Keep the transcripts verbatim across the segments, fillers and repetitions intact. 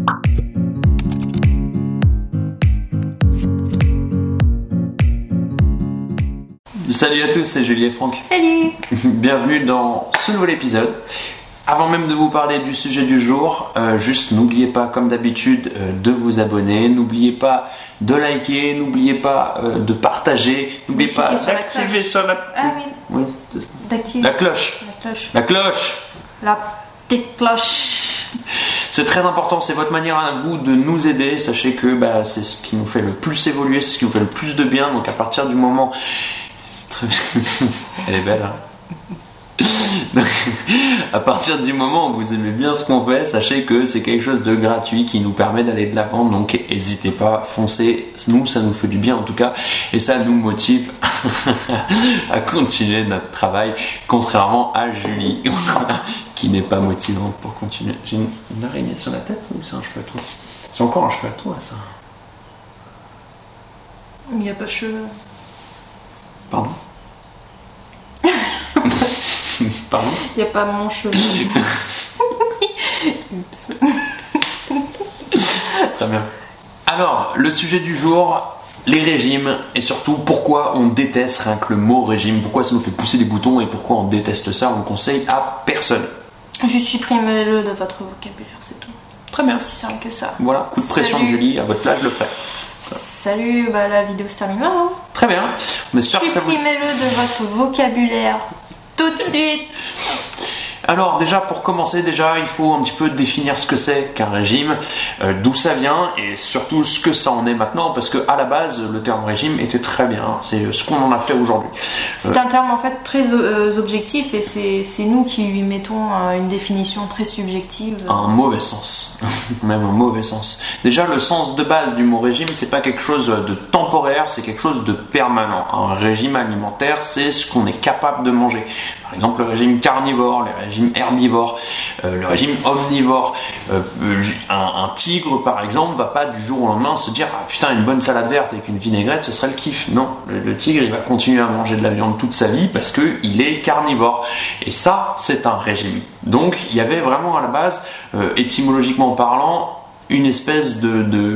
Salut à tous, c'est Julie et Franck. Salut. Bienvenue dans ce nouvel épisode. Avant même de vous parler du sujet du jour, euh, juste n'oubliez pas, comme d'habitude, euh, de vous abonner. N'oubliez pas de liker, n'oubliez pas euh, de partager, n'oubliez pas d'activer sur la petite... Ah oui. Oui, d'activer. La cloche. La cloche. La cloche. La petite cloche. C'est très important, c'est votre manière à vous de nous aider. Sachez que bah, c'est ce qui nous fait le plus évoluer, c'est ce qui nous fait le plus de bien. Donc à partir du moment... C'est très... Elle est belle, hein. Donc, à partir du moment où vous aimez bien ce qu'on fait, sachez que c'est quelque chose de gratuit qui nous permet d'aller de l'avant, donc n'hésitez pas, foncez, nous ça nous fait du bien en tout cas, et ça nous motive à continuer notre travail, contrairement à Julie qui n'est pas motivante pour continuer. J'ai une, une araignée sur la tête ou c'est un cheveu à toi? C'est encore un cheveu à toi ça? Il n'y a pas de cheveux. Pardon? Pardon? Il n'y a pas mon cheveu. Très bien. Alors, le sujet du jour, les régimes, et surtout pourquoi on déteste rien que le mot régime, pourquoi ça nous fait pousser des boutons et pourquoi on déteste ça, on ne conseille à personne. Je supprime-le de votre vocabulaire, c'est tout. Très bien. C'est aussi simple que ça. Voilà, coup de pression Salut. de Julie, à votre place, je le ferai. Salut, bah la vidéo se termine là. Hein. Très bien. On espère que ça vous... Supprimez-le de votre vocabulaire tout de suite. Alors déjà pour commencer, déjà il faut un petit peu définir ce que c'est qu'un régime, euh, d'où ça vient et surtout ce que ça en est maintenant, parce que à la base le terme régime était très bien, hein, c'est ce qu'on en a fait aujourd'hui. C'est euh, un terme en fait très euh, objectif et c'est, c'est nous qui lui mettons euh, une définition très subjective. Un mauvais sens, même un mauvais sens. Déjà le sens de base du mot régime, c'est pas quelque chose de temporaire, c'est quelque chose de permanent. Un régime alimentaire, c'est ce qu'on est capable de manger. Par exemple le régime carnivore, les régimes herbivores, euh, le régime omnivore. Euh, un, un tigre par exemple va pas du jour au lendemain se dire ah putain une bonne salade verte avec une vinaigrette ce serait le kiff. Non, le, le tigre il va continuer à manger de la viande toute sa vie parce que il est carnivore. Et ça c'est un régime. Donc il y avait vraiment à la base, euh, étymologiquement parlant, une espèce de, de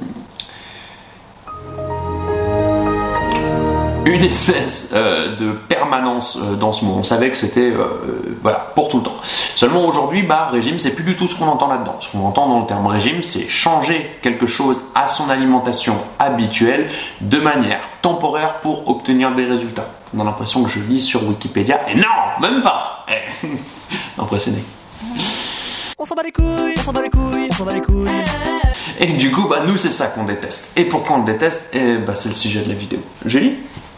une espèce euh, de permanence euh, dans ce mot. On savait que c'était euh, euh, voilà, pour tout le temps. Seulement aujourd'hui, bah, régime, c'est plus du tout ce qu'on entend là-dedans. Ce qu'on entend dans le terme régime, c'est changer quelque chose à son alimentation habituelle de manière temporaire pour obtenir des résultats. On a l'impression que je lis sur Wikipédia, et non, même pas. Impressionné. On s'en bat les couilles, on s'en bat les couilles, on s'en bat les couilles. Et du coup, bah, nous, c'est ça qu'on déteste. Et pourquoi on le déteste? Et bah, c'est le sujet de la vidéo. Julie?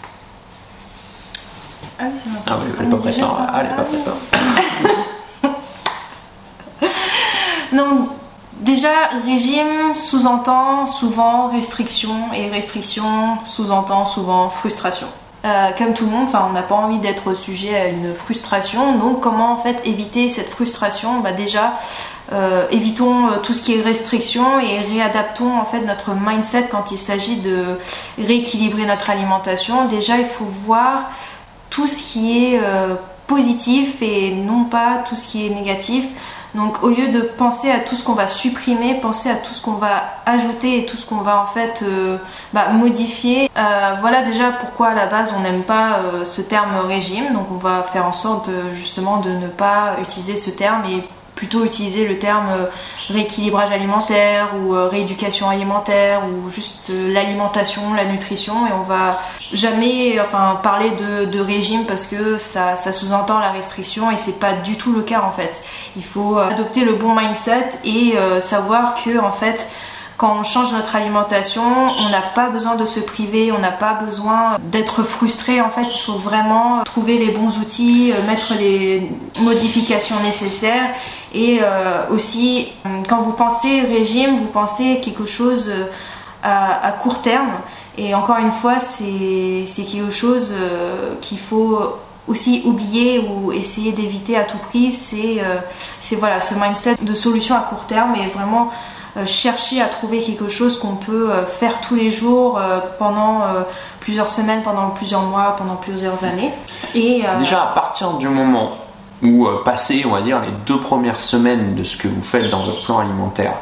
Ah oui, c'est Ah oui, elle est pas prête. Non, elle est pas prête. Hein. Donc, déjà, régime sous-entend souvent restriction et restriction sous-entend souvent frustration. Euh, comme tout le monde, on n'a pas envie d'être sujet à une frustration. Donc, comment en fait éviter cette frustration? Bah, déjà, euh, évitons tout ce qui est restriction et réadaptons en fait notre mindset quand il s'agit de rééquilibrer notre alimentation. Déjà, il faut voir tout ce qui est euh, positif et non pas tout ce qui est négatif. Donc au lieu de penser à tout ce qu'on va supprimer, penser à tout ce qu'on va ajouter et tout ce qu'on va en fait euh, bah, modifier. Euh, voilà déjà pourquoi à la base on n'aime pas euh, ce terme régime. Donc on va faire en sorte de, justement de ne pas utiliser ce terme et plutôt utiliser le terme euh, rééquilibrage alimentaire ou euh, rééducation alimentaire ou juste euh, l'alimentation, la nutrition, et on va jamais enfin, parler de, de régime parce que ça, ça sous-entend la restriction et c'est pas du tout le cas en fait. Il faut euh, adopter le bon mindset et euh, savoir que en fait quand on change notre alimentation, on n'a pas besoin de se priver, on n'a pas besoin d'être frustré. En fait, il faut vraiment trouver les bons outils, mettre les modifications nécessaires. Et euh, aussi, quand vous pensez régime, vous pensez quelque chose à, à court terme. Et encore une fois, c'est, c'est quelque chose qu'il faut aussi oublier ou essayer d'éviter à tout prix. C'est, euh, c'est voilà, ce mindset de solution à court terme et vraiment chercher à trouver quelque chose qu'on peut faire tous les jours pendant plusieurs semaines, pendant plusieurs mois, pendant plusieurs années. Et euh... déjà à partir du moment où euh, passé on va dire les deux premières semaines de ce que vous faites dans votre plan alimentaire,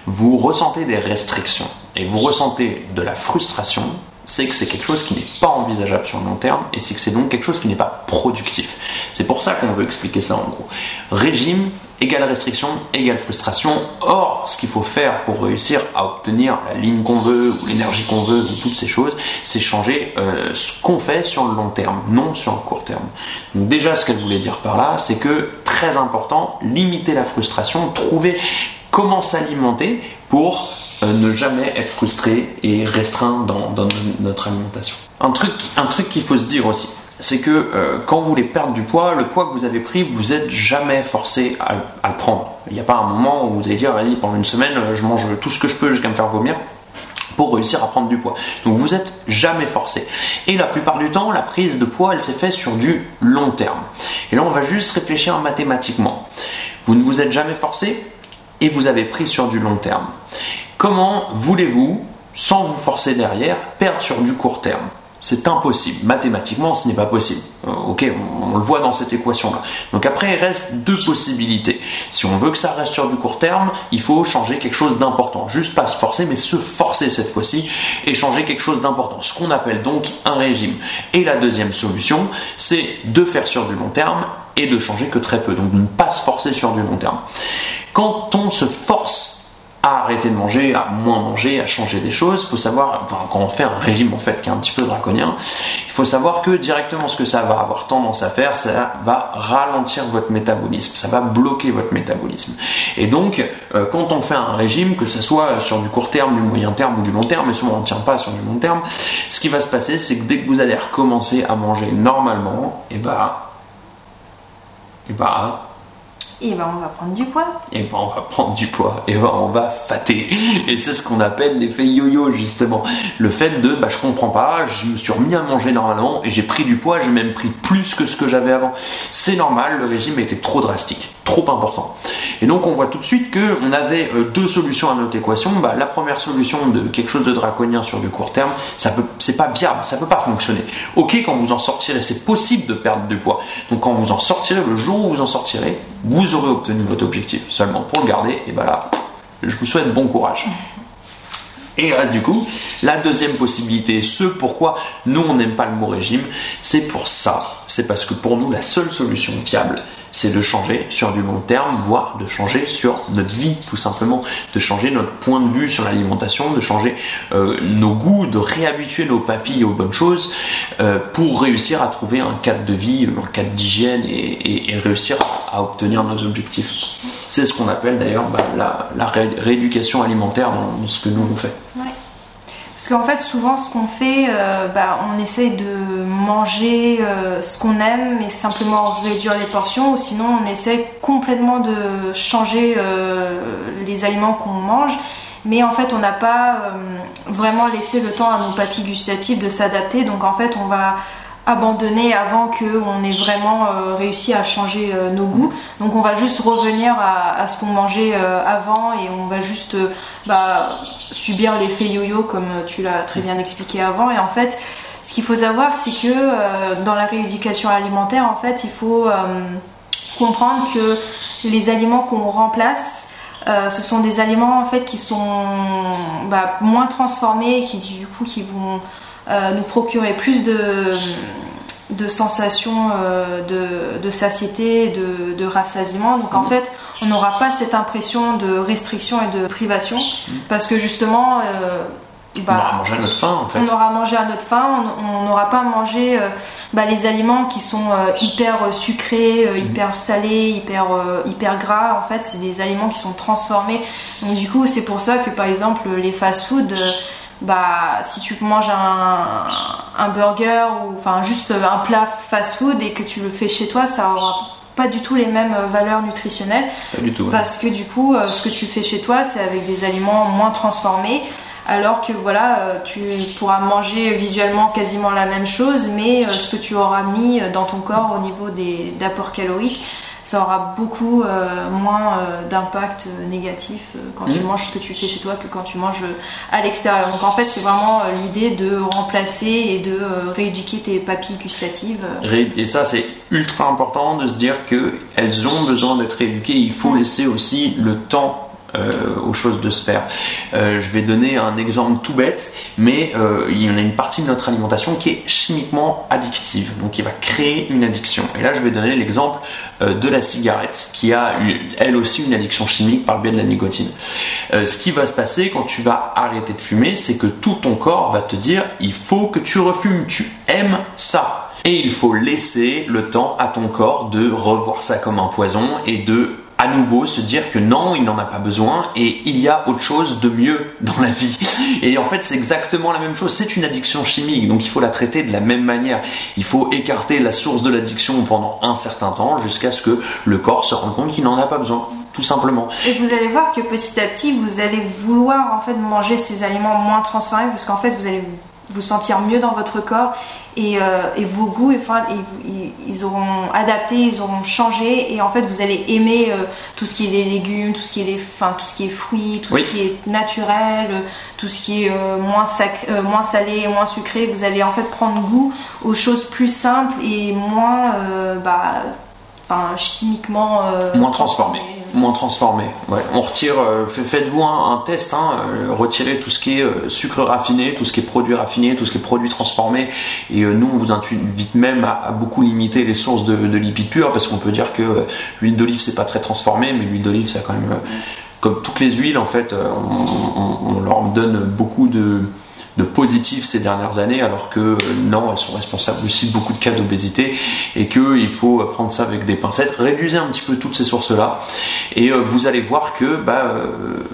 vous ressentez des restrictions et vous ressentez de la frustration, c'est que c'est quelque chose qui n'est pas envisageable sur le long terme et c'est que c'est donc quelque chose qui n'est pas productif. C'est pour ça qu'on veut expliquer ça en gros. Régime égale restriction égale frustration. Or, ce qu'il faut faire pour réussir à obtenir la ligne qu'on veut ou l'énergie qu'on veut ou toutes ces choses, c'est changer euh, ce qu'on fait sur le long terme, non sur le court terme. Donc déjà, ce qu'elle voulait dire par là, c'est que très important, limiter la frustration, trouver comment s'alimenter pour euh, ne jamais être frustré et restreint dans, dans notre alimentation. Un truc, un truc qu'il faut se dire aussi, c'est que euh, quand vous voulez perdre du poids, le poids que vous avez pris, vous n'êtes jamais forcé à, à le prendre. Il n'y a pas un moment où vous allez dire, vas-y, pendant une semaine, je mange tout ce que je peux jusqu'à me faire vomir pour réussir à prendre du poids. Donc vous n'êtes jamais forcé. Et la plupart du temps, la prise de poids, elle s'est faite sur du long terme. Et là, on va juste réfléchir mathématiquement. Vous ne vous êtes jamais forcé et vous avez pris sur du long terme. Comment voulez-vous, sans vous forcer derrière, perdre sur du court terme ? C'est impossible. Mathématiquement, ce n'est pas possible. Euh, ok, on, on le voit dans cette équation-là. Donc après, il reste deux possibilités. Si on veut que ça reste sur du court terme, il faut changer quelque chose d'important. Juste pas se forcer, mais se forcer cette fois-ci et changer quelque chose d'important. Ce qu'on appelle donc un régime. Et la deuxième solution, c'est de faire sur du long terme et de changer que très peu. Donc de ne pas se forcer sur du long terme. Quand on se force à arrêter de manger, à moins manger, à changer des choses, il faut savoir, enfin, quand on fait un régime en fait qui est un petit peu draconien, il faut savoir que directement ce que ça va avoir tendance à faire, ça va ralentir votre métabolisme, ça va bloquer votre métabolisme. Et donc, euh, quand on fait un régime, que ce soit sur du court terme, du moyen terme ou du long terme, mais souvent on ne tient pas sur du long terme, ce qui va se passer, c'est que dès que vous allez recommencer à manger normalement, et bah, et bah, Et ben on va prendre du poids. Et ben on va prendre du poids. Et ben on va fatter. Et c'est ce qu'on appelle l'effet yo-yo justement. Le fait de bah je comprends pas, je me suis remis à manger normalement et j'ai pris du poids, j'ai même pris plus que ce que j'avais avant. C'est normal, le régime était trop drastique, trop important. Et donc on voit tout de suite qu'on avait deux solutions à notre équation. Bah, la première solution de quelque chose de draconien sur du court terme, ça peut, c'est pas viable, ça peut pas fonctionner. Ok, quand vous en sortirez, c'est possible de perdre du poids. Donc quand vous en sortirez, le jour où vous en sortirez, vous aurez obtenu votre objectif. Seulement pour le garder, et ben là, je vous souhaite bon courage. Et il reste du coup la deuxième possibilité, ce pourquoi nous on n'aime pas le mot régime, c'est pour ça. C'est parce que pour nous la seule solution viable, c'est de changer sur du long terme, voire de changer sur notre vie tout simplement, de changer notre point de vue sur l'alimentation, de changer euh, nos goûts, de réhabituer nos papilles aux bonnes choses euh, pour réussir à trouver un cadre de vie, un cadre d'hygiène et, et, et réussir à, à obtenir nos objectifs. C'est ce qu'on appelle d'ailleurs bah, la, la ré- rééducation alimentaire dans, dans ce que nous on fait. Ouais. Parce qu'en fait, souvent, ce qu'on fait, euh, bah, on essaye de manger euh, ce qu'on aime, mais simplement réduire les portions, ou sinon, on essaye complètement de changer euh, les aliments qu'on mange. Mais en fait, on n'a pas euh, vraiment laissé le temps à nos papilles gustatives de s'adapter. Donc, en fait, on va abandonner avant qu'on ait vraiment euh, réussi à changer euh, nos goûts. Donc on va juste revenir à, à ce qu'on mangeait euh, avant et on va juste euh, bah, subir l'effet yo-yo comme tu l'as très bien expliqué avant. Et en fait, ce qu'il faut savoir, c'est que euh, dans la rééducation alimentaire, en fait, il faut euh, comprendre que les aliments qu'on remplace, Euh, ce sont des aliments en fait qui sont bah, moins transformés et qui du coup qui vont euh, nous procurer plus de, de sensations euh, de, de satiété, de, de rassasiement. Donc en fait, on n'aura pas cette impression de restriction et de privation parce que justement euh, bah, on aura mangé à notre faim en fait. On aura mangé à notre faim, on n'aura pas mangé euh, bah, les aliments qui sont euh, hyper sucrés, euh, hyper mmh. salés, hyper, euh, hyper gras. En fait, c'est des aliments qui sont transformés. Donc du coup, c'est pour ça que par exemple les fast-food, euh, bah, si tu manges un, un burger ou enfin juste un plat fast-food et que tu le fais chez toi, ça aura pas du tout les mêmes valeurs nutritionnelles. Pas du tout. Parce ouais. que du coup, euh, ce que tu fais chez toi, c'est avec des aliments moins transformés. Alors que voilà, tu pourras manger visuellement quasiment la même chose, mais ce que tu auras mis dans ton corps au niveau des apports caloriques, ça aura beaucoup euh, moins euh, d'impact négatif euh, quand mmh. tu manges ce que tu fais chez toi que quand tu manges à l'extérieur. Donc en fait, c'est vraiment euh, l'idée de remplacer et de euh, rééduquer tes papilles gustatives. Et ça, c'est ultra important de se dire qu'elles ont besoin d'être rééduquées. Il faut mmh. laisser aussi le temps euh, aux choses de se faire. Euh, je vais donner un exemple tout bête, mais euh, il y en a une partie de notre alimentation qui est chimiquement addictive, donc qui va créer une addiction. Et là, je vais donner l'exemple euh, de la cigarette, qui a une, elle aussi une addiction chimique par le biais de la nicotine. Euh, ce qui va se passer quand tu vas arrêter de fumer, c'est que tout ton corps va te dire « il faut que tu refumes, tu aimes ça ». Et il faut laisser le temps à ton corps de revoir ça comme un poison et de à nouveau se dire que non, il n'en a pas besoin et il y a autre chose de mieux dans la vie. Et en fait, c'est exactement la même chose. C'est une addiction chimique, donc il faut la traiter de la même manière. Il faut écarter la source de l'addiction pendant un certain temps jusqu'à ce que le corps se rende compte qu'il n'en a pas besoin, tout simplement. Et vous allez voir que petit à petit, vous allez vouloir en fait manger ces aliments moins transformés parce qu'en fait, vous allez vous vous sentir mieux dans votre corps et, euh, et vos goûts enfin, et, ils, ils auront adapté, ils auront changé et en fait vous allez aimer euh, tout ce qui est les légumes, tout ce qui est les, enfin, tout ce qui est fruits, tout oui. ce qui est naturel, tout ce qui est euh, moins, sac, euh, moins salé, moins sucré. Vous allez en fait prendre goût aux choses plus simples et moins euh, bah, enfin, chimiquement euh, moins transformées. Moins transformé. Ouais. On retire, euh, faites-vous un, un test, hein, euh, retirez tout ce qui est euh, sucre raffiné, tout ce qui est produit raffiné, tout ce qui est produit transformé. Et euh, nous, on vous invite même à, à beaucoup limiter les sources de, de lipides purs parce qu'on peut dire que euh, l'huile d'olive c'est pas très transformé, mais l'huile d'olive ça quand même, euh, comme toutes les huiles en fait, euh, on, on, on leur donne beaucoup de de positif ces dernières années, alors que euh, non, elles sont responsables aussi de beaucoup de cas d'obésité et qu'il faut prendre ça avec des pincettes. Réduisez un petit peu toutes ces sources-là et euh, vous allez voir que bah, euh,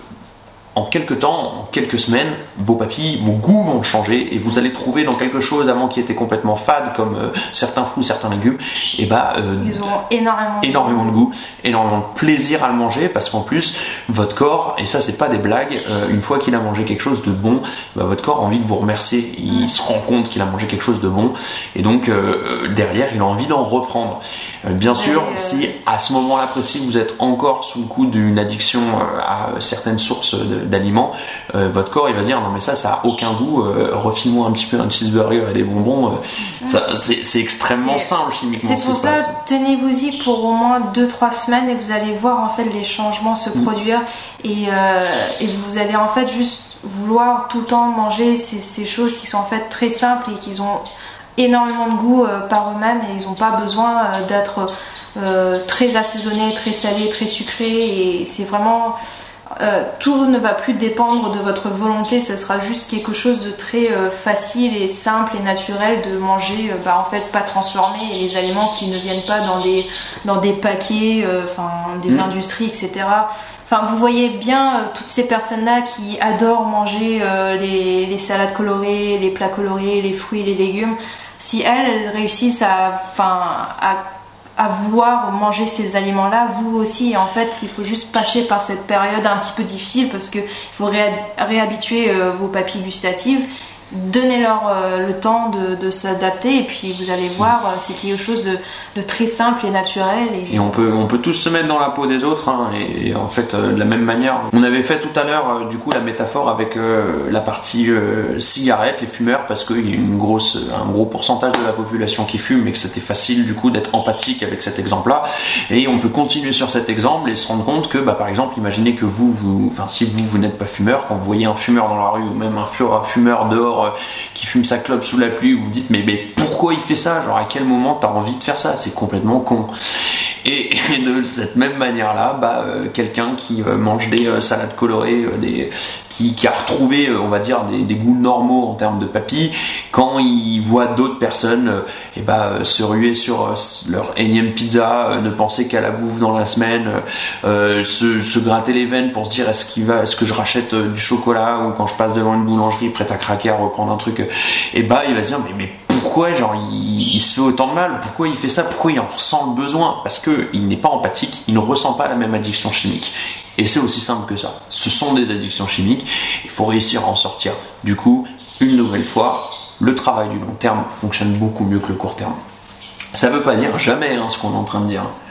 en quelques temps, en quelques semaines, vos papilles, vos goûts vont changer et vous allez trouver dans quelque chose avant qui était complètement fade, comme euh, certains fruits, certains légumes, et bah euh, ils auront énormément, énormément de goût, énormément de plaisir à le manger parce qu'en plus votre corps, et ça c'est pas des blagues, euh, une fois qu'il a mangé quelque chose de bon, bah, votre corps a envie de vous remercier, il mmh. se rend compte qu'il a mangé quelque chose de bon et donc euh, derrière il a envie d'en reprendre. Euh, bien sûr, euh... si à ce moment-là précis vous êtes encore sous le coup d'une addiction euh, à certaines sources de, d'aliments, euh, votre corps il va se dire non mais ça ça a aucun goût, euh, refile-moi un petit peu un cheeseburger et des bonbons, euh, ça, c'est, c'est extrêmement c'est, simple chimiquement. C'est pour ça, tenez-vous-y pour au moins deux trois semaines et vous allez voir en fait les changements se mmh. produire et, euh, et vous allez en fait juste vouloir tout le temps manger ces, ces choses qui sont en fait très simples et qui ont énormément de goût euh, par eux-mêmes et ils n'ont pas besoin euh, d'être euh, très assaisonnés, très salés, très sucrés et c'est vraiment... Euh, tout ne va plus dépendre de votre volonté, ça sera juste quelque chose de très euh, facile et simple et naturel de manger, euh, bah, en fait pas transformé et les aliments qui ne viennent pas dans des, dans des paquets, euh, des mmh. industries, et cetera. Enfin, vous voyez bien euh, toutes ces personnes-là qui adorent manger euh, les, les salades colorées, les plats colorés, les fruits, les légumes. Si elles, elles réussissent à, enfin, à à vouloir manger ces aliments-là, vous aussi. Et en fait, il faut juste passer par cette période un petit peu difficile parce qu'il faut ré- réhabituer euh, vos papilles gustatives, donnez-leur euh, le temps de, de s'adapter et puis vous allez voir, euh, c'est quelque chose de, de très simple et naturel. Et, et on, peut, on peut tous se mettre dans la peau des autres hein, et, et en fait, euh, de la même manière. On avait fait tout à l'heure, euh, du coup, la métaphore avec euh, la partie euh, cigarette, les fumeurs, parce qu'il y a une grosse, un gros pourcentage de la population qui fume et que c'était facile du coup d'être empathique avec cet exemple-là. Et on peut continuer sur cet exemple et se rendre compte que, bah, par exemple, imaginez que vous, vous, enfin, si vous, vous n'êtes pas fumeur, quand vous voyez un fumeur dans la rue ou même un fumeur dehors qui fume sa clope sous la pluie, vous vous dites mais, mais pourquoi il fait ça, genre à quel moment t'as envie de faire ça, c'est complètement con. Et, et de cette même manière là, bah, euh, quelqu'un qui euh, mange des euh, salades colorées, euh, des, qui, qui a retrouvé euh, on va dire des, des goûts normaux en termes de papilles, quand il voit d'autres personnes euh, et bah, euh, se ruer sur euh, leur énième pizza, euh, ne penser qu'à la bouffe dans la semaine, euh, se, se gratter les veines pour se dire est-ce, qu'il va, est-ce que je rachète euh, du chocolat, ou quand je passe devant une boulangerie prête à craquer à reprendre un truc, euh, et bah il va se dire mais, mais pourquoi genre il, il se fait autant de mal, pourquoi il fait ça, pourquoi il en ressent le besoin, parce qu'il n'est pas empathique, il ne ressent pas la même addiction chimique. Et c'est aussi simple que ça, ce sont des addictions chimiques, il faut réussir à en sortir. Du coup, une nouvelle fois, le travail du long terme fonctionne beaucoup mieux que le court terme. Ça veut pas dire jamais hein, ce qu'on est en train de dire,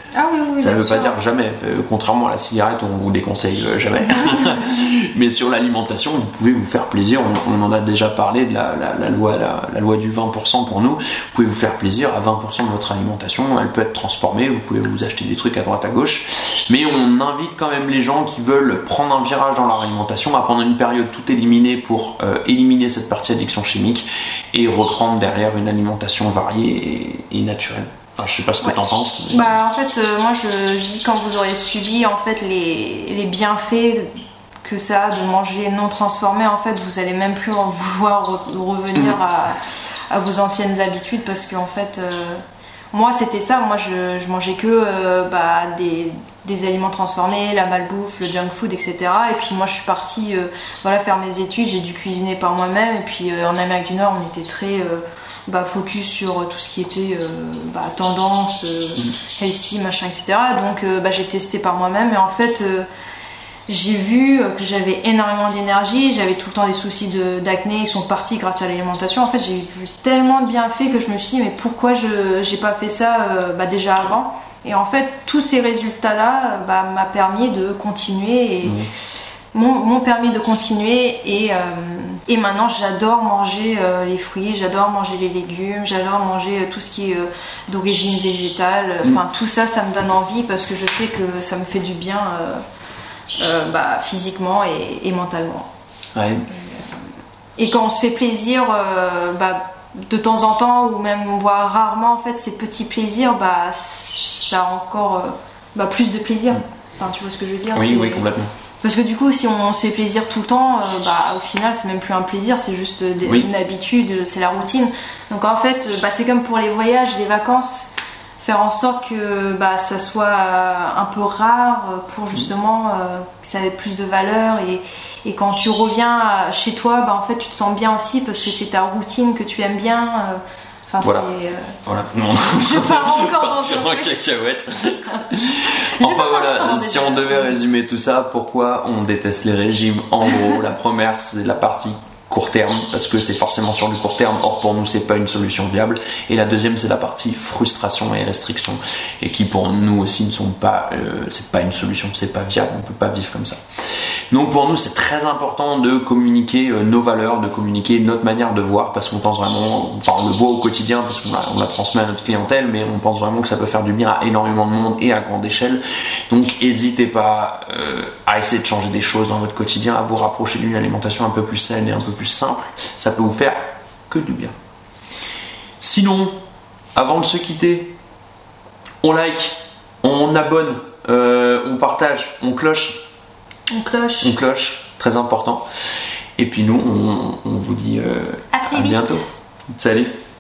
Ah oui, oui, ça ne bien veut pas sûr. dire jamais, euh, contrairement à la cigarette, on vous déconseille euh, jamais. Mais sur l'alimentation, vous pouvez vous faire plaisir. On, on en a déjà parlé de la, la, la, loi, la, la loi du vingt pour cent pour nous. Vous pouvez vous faire plaisir à vingt pour cent de votre alimentation. Elle peut être transformée. Vous pouvez vous acheter des trucs à droite à gauche. Mais on invite quand même les gens qui veulent prendre un virage dans leur alimentation à pendant une période tout éliminer pour euh, éliminer cette partie addiction chimique et reprendre derrière une alimentation variée et, et naturelle. Enfin, je sais pas ce que Ouais. t'en penses. mais- Bah en fait euh, moi je, je dis quand vous aurez subi en fait les, les bienfaits que ça a de manger non transformé, en fait vous allez même plus en vouloir re- revenir Mhm. à, à vos anciennes habitudes parce que en fait euh, moi c'était ça, moi je, je mangeais que euh, bah, des, des aliments transformés, la malbouffe, le junk food, et cetera. Et puis moi je suis partie euh, voilà, faire mes études, j'ai dû cuisiner par moi-même et puis euh, en Amérique du Nord on était très euh, bah, focus sur tout ce qui était euh, bah, tendance, euh, healthy, machin, et cetera. Donc euh, bah, j'ai testé par moi-même et en fait euh, j'ai vu euh, que j'avais énormément d'énergie, j'avais tout le temps des soucis de- d'acné, ils sont partis grâce à l'alimentation. En fait j'ai vu tellement de bienfaits que je me suis dit mais pourquoi je j'ai pas fait ça euh, bah, déjà avant. Et en fait tous ces résultats là bah, m'a permis de continuer et Mhm. m'ont m'ont permis de continuer et, euh, et maintenant j'adore manger euh, les fruits, j'adore manger les légumes, j'adore manger euh, tout ce qui est euh, d'origine végétale, Mm. enfin tout ça ça me donne envie parce que je sais que ça me fait du bien euh, euh, bah, physiquement et, et mentalement. Ouais. Et quand on se fait plaisir euh, bah, de temps en temps ou même voire rarement en fait ces petits plaisirs, bah, ça a encore euh, bah, plus de plaisir. Enfin, tu vois ce que je veux dire? Oui, C'est- oui, complètement. Parce que du coup, si on se fait plaisir tout le temps, euh, bah, au final, c'est même plus un plaisir, c'est juste des- Oui. une habitude, c'est la routine. Donc en fait, euh, bah, c'est comme pour les voyages, les vacances, faire en sorte que bah, ça soit euh, un peu rare euh, pour justement euh, que ça ait plus de valeur. Et, et quand tu reviens euh, chez toi, bah, en fait, tu te sens bien aussi parce que c'est ta routine que tu aimes bien. euh, Enfin, Voilà. c'est. euh, Voilà. Non. Je pars encore dans Partir ce en truc. cacahuète. J'ai Enfin pas voilà, encore si déjà. on devait résumer tout ça, pourquoi on déteste les régimes? En gros, la première, c'est la partie court terme, parce que c'est forcément sur du court terme, or pour nous c'est pas une solution viable. Et la deuxième, c'est la partie frustration et restriction, et qui pour nous aussi ne sont pas, euh, c'est pas une solution, c'est pas viable, on peut pas vivre comme ça. Donc pour nous c'est très important de communiquer euh, nos valeurs, de communiquer notre manière de voir, parce qu'on pense vraiment, enfin on le voit au quotidien parce qu'on la, on la transmet à notre clientèle, mais on pense vraiment que ça peut faire du bien à énormément de monde et à grande échelle. Donc n'hésitez pas euh, à essayer de changer des choses dans votre quotidien, à vous rapprocher d'une alimentation un peu plus saine et un peu plus simple, ça peut vous faire que du bien. Sinon, avant de se quitter, on like, on abonne, euh, on partage, on cloche, On cloche. on cloche, très important. Et puis nous, on, on vous dit euh, À très à vite. bientôt. Salut.